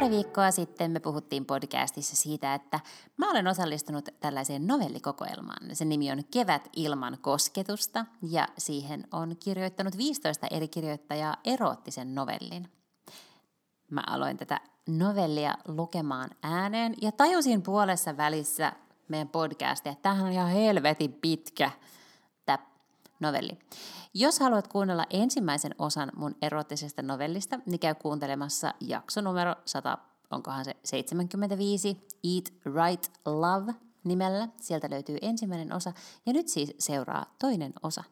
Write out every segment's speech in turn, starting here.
Pari viikkoa sitten me puhuttiin podcastissa siitä, että mä olen osallistunut tällaiseen novellikokoelmaan. Sen nimi on Kevät ilman kosketusta ja siihen on kirjoittanut 15 eri kirjoittajaa eroottisen novellin. Mä aloin tätä novellia lukemaan ääneen ja tajusin puolessa välissä meidän podcastia, että tämähän on ihan helvetin pitkä tämä novelli. Jos haluat kuunnella ensimmäisen osan mun eroottisesta novellista, niin käy kuuntelemassa jakso numero 100, onkohan se 75, Eat Right Love nimellä. Sieltä löytyy ensimmäinen osa ja nyt siis seuraa toinen osa.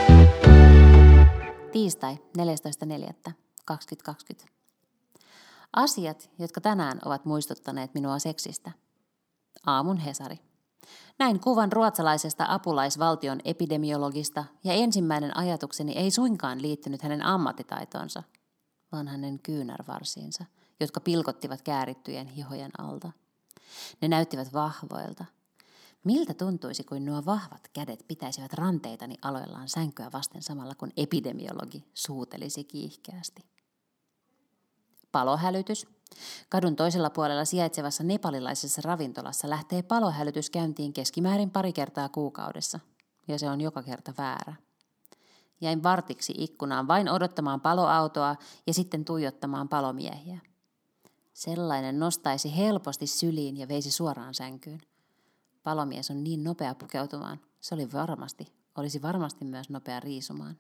Tiistai 14.4.2020. Asiat, jotka tänään ovat muistuttaneet minua seksistä. Aamun Hesari. Näin kuvan ruotsalaisesta apulaisvaltion epidemiologista ja ensimmäinen ajatukseni ei suinkaan liittynyt hänen ammattitaitonsa, vaan hänen kyynärvarsiinsa, jotka pilkottivat käärittyjen hihojen alta. Ne näyttivät vahvoilta. Miltä tuntuisi, kun nuo vahvat kädet pitäisivät ranteitani aloillaan sänkyä vasten samalla, kun epidemiologi suutelisi kiihkeästi. Palohälytys. Kadun toisella puolella sijaitsevassa nepalilaisessa ravintolassa lähtee palohälytys käyntiin keskimäärin 2 kertaa kuukaudessa, ja se on joka kerta väärä. Jäin vartiksi ikkunaan vain odottamaan paloautoa ja sitten tuijottamaan palomiehiä. Sellainen nostaisi helposti syliin ja veisi suoraan sänkyyn. Palomies on niin nopea pukeutumaan, se olisi varmasti myös nopea riisumaan.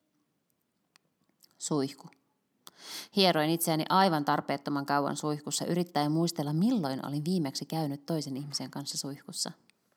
Suihku. Hieroin itseäni aivan tarpeettoman kauan suihkussa yrittäen muistella, milloin olin viimeksi käynyt toisen ihmisen kanssa suihkussa.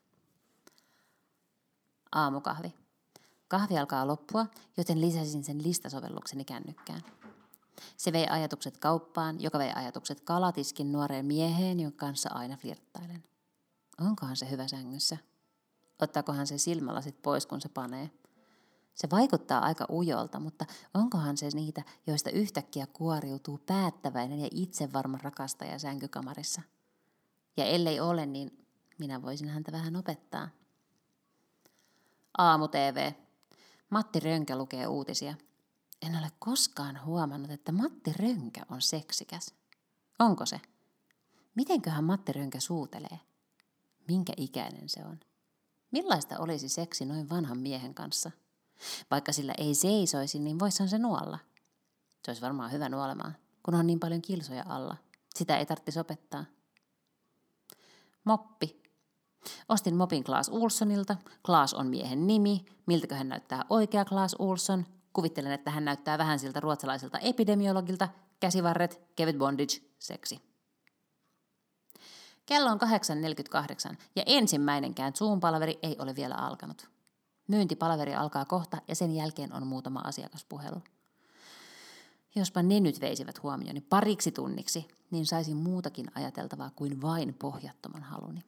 Aamukahvi. Kahvi alkaa loppua, joten lisäsin sen listasovellukseni kännykkään. Se vei ajatukset kauppaan, joka vei ajatukset kalatiskin nuoreen mieheen, jonka kanssa aina flirttailen. Onkohan se hyvä sängyssä? Ottaakohan se silmälasit pois, kun se panee? Se vaikuttaa aika ujolta, mutta onkohan se niitä, joista yhtäkkiä kuoriutuu päättäväinen ja itsevarma rakastaja sänkykamarissa? Ja ellei ole, niin minä voisin häntä vähän opettaa. Aamu-TV. Matti Rönkä lukee uutisia. En ole koskaan huomannut, että Matti Rönkä on seksikäs. Onko se? Mitenköhän Matti Rönkä suutelee? Minkä ikäinen se on? Millaista olisi seksi noin vanhan miehen kanssa? Vaikka sillä ei seisoisi, niin voisihan se nuolla. Se olisi varmaan hyvä nuolemaan, kun on niin paljon kilsoja alla. Sitä ei tarvitsisi opettaa. Moppi. Ostin mopin Claes Olssonilta. Claes on miehen nimi. Miltäkö hän näyttää oikea Claes Olsson? Kuvittelen, että hän näyttää vähän siltä ruotsalaiselta epidemiologilta. Käsivarret, kevyt bondage, seksi. Kello on 8.48 ja ensimmäinenkään Zoom-palaveri ei ole vielä alkanut. Myyntipalaveri alkaa kohta ja sen jälkeen on muutama asiakaspuhelu. Jospa ne nyt veisivät huomioni 2 tunniksi, niin saisin muutakin ajateltavaa kuin vain pohjattoman haluni.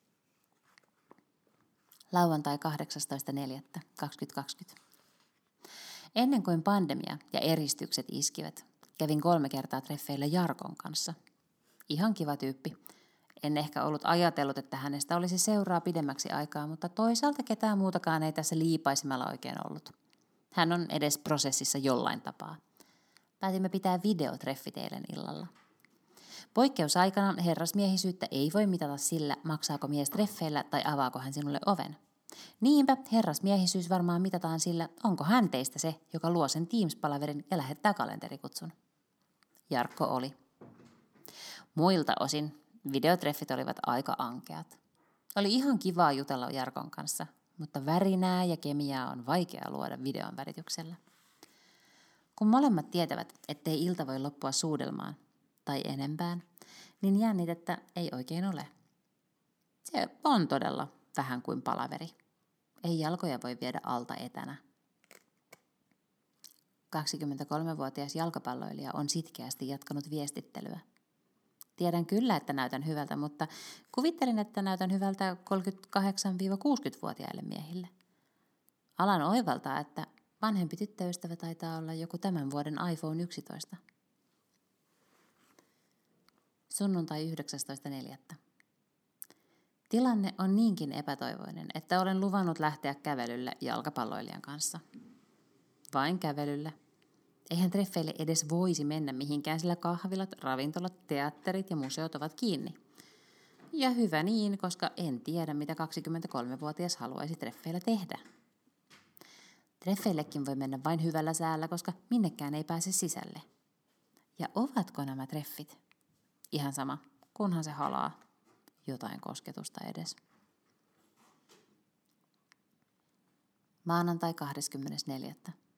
Lauantai 18.4.2020. Ennen kuin pandemia ja eristykset iskivät, kävin 3 kertaa treffeillä Jarkon kanssa. Ihan kiva tyyppi. En ehkä ollut ajatellut, että hänestä olisi seuraa pidemmäksi aikaa, mutta toisaalta ketään muutakaan ei tässä liipaisimella oikein ollut. Hän on edes prosessissa jollain tapaa. Päätimme pitää videotreffit eilen illalla. Poikkeusaikana herrasmiehisyyttä ei voi mitata sillä, maksaako mies treffeillä tai avaako hän sinulle oven. Niinpä herrasmiehisyys varmaan mitataan sillä, onko hän teistä se, joka luo sen Teams-palaverin ja lähettää kalenterikutsun. Jarkko oli. Muilta osin videotreffit olivat aika ankeat. Oli ihan kivaa jutella Jarkon kanssa, mutta värinää ja kemiaa on vaikea luoda videon välityksellä. Kun molemmat tietävät, ettei ilta voi loppua suudelmaan tai enempään, niin jännitettä ei oikein ole. Se on todella vähän kuin palaveri. Ei jalkoja voi viedä alta etänä. 23-vuotias jalkapalloilija on sitkeästi jatkanut viestittelyä. Tiedän kyllä, että näytän hyvältä, mutta kuvittelin, että näytän hyvältä 38-60-vuotiaille miehille. Alan oivaltaa, että vanhempi tyttöystävä taitaa olla joku tämän vuoden iPhone 11. Sunnuntai 19.4. Tilanne on niinkin epätoivoinen, että olen luvannut lähteä kävelylle jalkapalloilijan kanssa. Vain kävelylle. Eihän treffeille edes voisi mennä mihinkään, sillä kahvilat, ravintolat, teatterit ja museot ovat kiinni. Ja hyvä niin, koska en tiedä, mitä 23-vuotias haluaisi treffeillä tehdä. Treffeillekin voi mennä vain hyvällä säällä, koska minnekään ei pääse sisälle. Ja ovatko nämä treffit? Ihan sama, kunhan se halaa jotain kosketusta edes. Maanantai 24.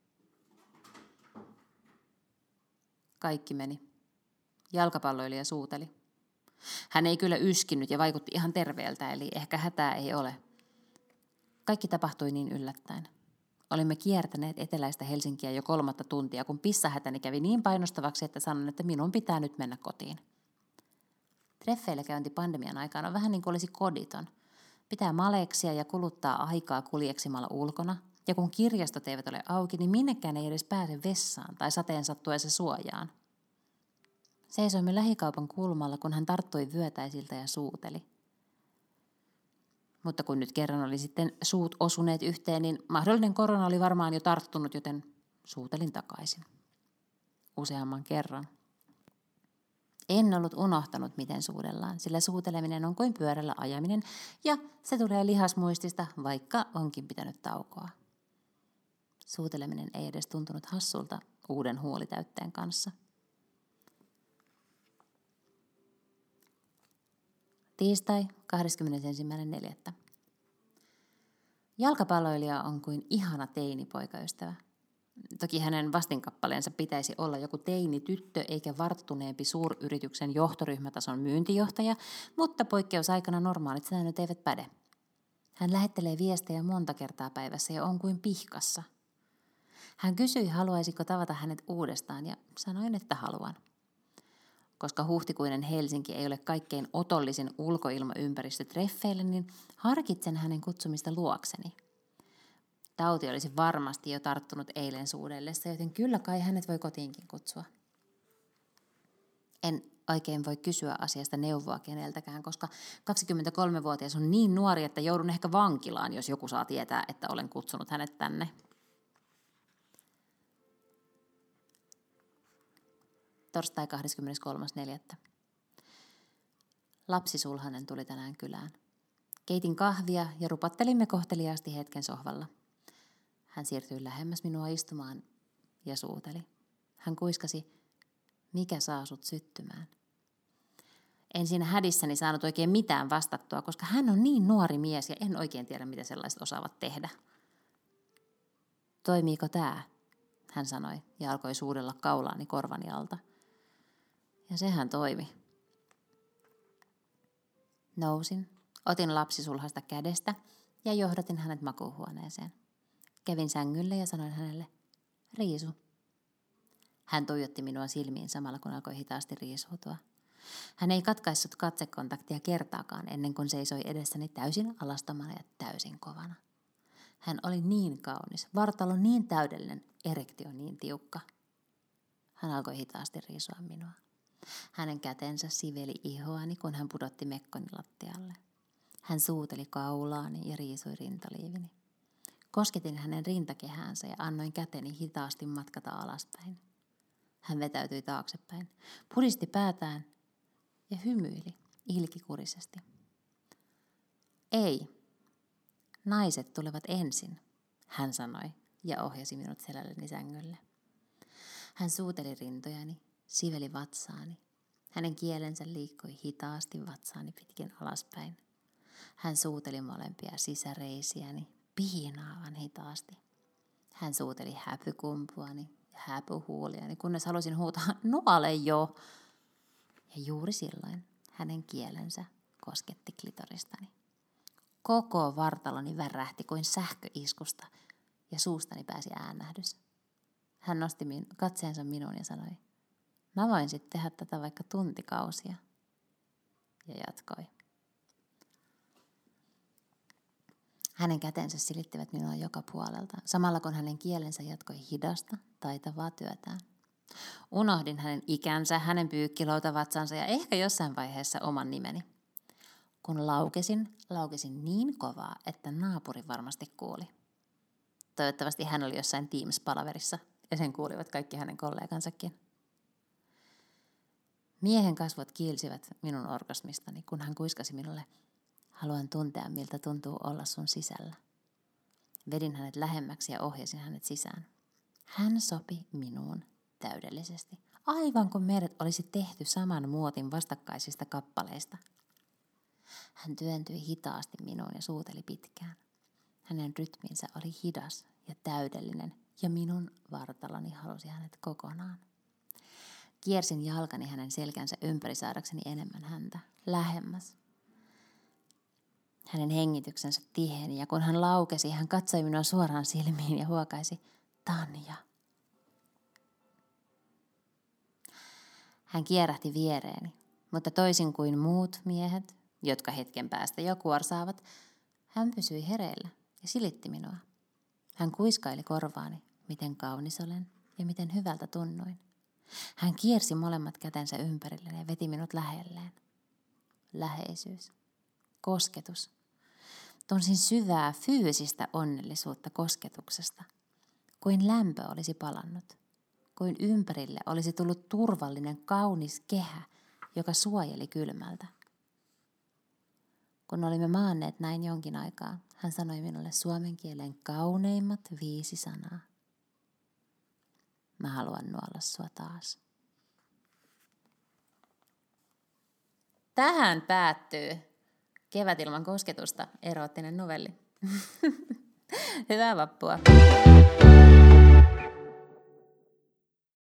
Kaikki meni. Jalkapalloilija suuteli. Hän ei kyllä yskinyt ja vaikutti ihan terveeltä, eli ehkä hätää ei ole. Kaikki tapahtui niin yllättäen. Olimme kiertäneet eteläistä Helsinkiä jo 3 tuntia, kun pissahätäni kävi niin painostavaksi, että sanon, että minun pitää nyt mennä kotiin. Treffeillä käynti pandemian aikana on vähän niin kuin olisi koditon. Pitää maleksia ja kuluttaa aikaa kuljeksimalla ulkona, ja kun kirjastot eivät ole auki, niin minnekään ei edes pääse vessaan tai sateen sattuessa suojaan. Seisoimme lähikaupan kulmalla, kun hän tarttui vyötäisiltä ja suuteli. Mutta kun nyt kerran oli sitten suut osuneet yhteen, niin mahdollinen korona oli varmaan jo tarttunut, joten suutelin takaisin. Useamman kerran. En ollut unohtanut, miten suudellaan, sillä suuteleminen on kuin pyörällä ajaminen, ja se tulee lihasmuistista, vaikka onkin pitänyt taukoa. Suuteleminen ei edes tuntunut hassulta uuden huolitäytteen kanssa. Tiistai 21.4. Jalkapalloilija on kuin ihana teinipoikaystävä. Toki hänen vastinkappaleensa pitäisi olla joku teinityttö eikä varttuneempi suuryrityksen johtoryhmätason myyntijohtaja, mutta poikkeusaikana normaalit säännöt eivät päde. Hän lähettelee viestejä monta kertaa päivässä ja on kuin pihkassa. Hän kysyi, haluaisiko tavata hänet uudestaan ja sanoin, että haluan. Koska huhtikuinen Helsinki ei ole kaikkein otollisin ulkoilmaympäristö treffeille, niin harkitsen hänen kutsumista luokseni. Tauti olisi varmasti jo tarttunut eilen suudellessa, joten kyllä kai hänet voi kotiinkin kutsua. En oikein voi kysyä asiasta neuvoa keneltäkään, koska 23-vuotias on niin nuori, että joudun ehkä vankilaan, jos joku saa tietää, että olen kutsunut hänet tänne. Torstai 23.4. Lapsisulhanen tuli tänään kylään. Keitin kahvia ja rupattelimme kohteliaasti hetken sohvalla. Hän siirtyi lähemmäs minua istumaan ja suuteli. Hän kuiskasi, mikä saa sut syttymään? En siinä hädissäni saanut oikein mitään vastattua, koska hän on niin nuori mies ja en oikein tiedä, mitä sellaiset osaavat tehdä. Toimiiko tää? Hän sanoi ja alkoi suudella kaulaani korvani alta. Ja sehän toimi. Nousin, otin lapsisulhasta kädestä ja johdatin hänet makuuhuoneeseen. Kävin sängylle ja sanoin hänelle, riisu. Hän tuijotti minua silmiin samalla kun alkoi hitaasti riisuutua. Hän ei katkaissut katsekontaktia kertaakaan ennen kuin seisoi edessäni täysin alastomana ja täysin kovana. Hän oli niin kaunis, vartalo niin täydellinen, erektio niin tiukka. Hän alkoi hitaasti riisua minua. Hänen kätensä siveli ihoani, kun hän pudotti mekkoni lattialle. Hän suuteli kaulaani ja riisui rintaliivini. Kosketin hänen rintakehäänsä ja annoin käteni hitaasti matkata alaspäin. Hän vetäytyi taaksepäin, pudisti päätään ja hymyili ilkikurisesti. Ei, naiset tulevat ensin, hän sanoi ja ohjasi minut selälleni sängylle. Hän suuteli rintojani, siveli vatsaani. Hänen kielensä liikkui hitaasti vatsaani pitkin alaspäin. Hän suuteli molempia sisäreisiäni piinaavan hitaasti. Hän suuteli häpykumpuani ja häpyhuuliani, kunnes halusin huutaa, nuole jo! Ja juuri silloin hänen kielensä kosketti klitoristani. Koko vartaloni värähti kuin sähköiskusta ja suustani pääsi äänähdys. Hän nosti katseensa minuun ja sanoi, mä voin sitten tehdä tätä vaikka tuntikausia. Ja jatkoi. Hänen kätensä silittivät minua joka puolelta, samalla kun hänen kielensä jatkoi hidasta, taitavaa työtään. Unohdin hänen ikänsä, hänen pyykkiloutavatsansa ja ehkä jossain vaiheessa oman nimeni. Kun laukesin niin kovaa, että naapuri varmasti kuuli. Toivottavasti hän oli jossain Teams-palaverissa ja sen kuulivat kaikki hänen kollegansakin. Miehen kasvot kiilsivät minun orgasmistani, kun hän kuiskasi minulle, haluan tuntea, miltä tuntuu olla sun sisällä. Vedin hänet lähemmäksi ja ohjasin hänet sisään. Hän sopi minuun täydellisesti, aivan kuin meidät olisi tehty saman muotin vastakkaisista kappaleista. Hän työntyi hitaasti minuun ja suuteli pitkään. Hänen rytminsä oli hidas ja täydellinen, ja minun vartaloni halusi hänet kokonaan. Kiersin jalkani hänen selkänsä ympäri saadakseni enemmän häntä, lähemmäs. Hänen hengityksensä tiheni, ja kun hän laukesi, hän katsoi minua suoraan silmiin ja huokaisi, Tanja. Hän kierähti viereeni, mutta toisin kuin muut miehet, jotka hetken päästä jo kuorsaavat, hän pysyi hereillä ja silitti minua. Hän kuiskaili korvaani, miten kaunis olen ja miten hyvältä tunnuin. Hän kiersi molemmat kätensä ympärille ja veti minut lähelleen. Läheisyys. Kosketus. Tunsin syvää fyysistä onnellisuutta kosketuksesta. Kuin lämpö olisi palannut. Kuin ympärille olisi tullut turvallinen, kaunis kehä, joka suojeli kylmältä. Kun olimme maanneet näin jonkin aikaa, hän sanoi minulle suomen kielen kauneimmat 5 sanaa. Mä haluan nuolla sua taas. Tähän päättyy Kevät ilman kosketusta, eroottinen novelli. Hyvää vappua!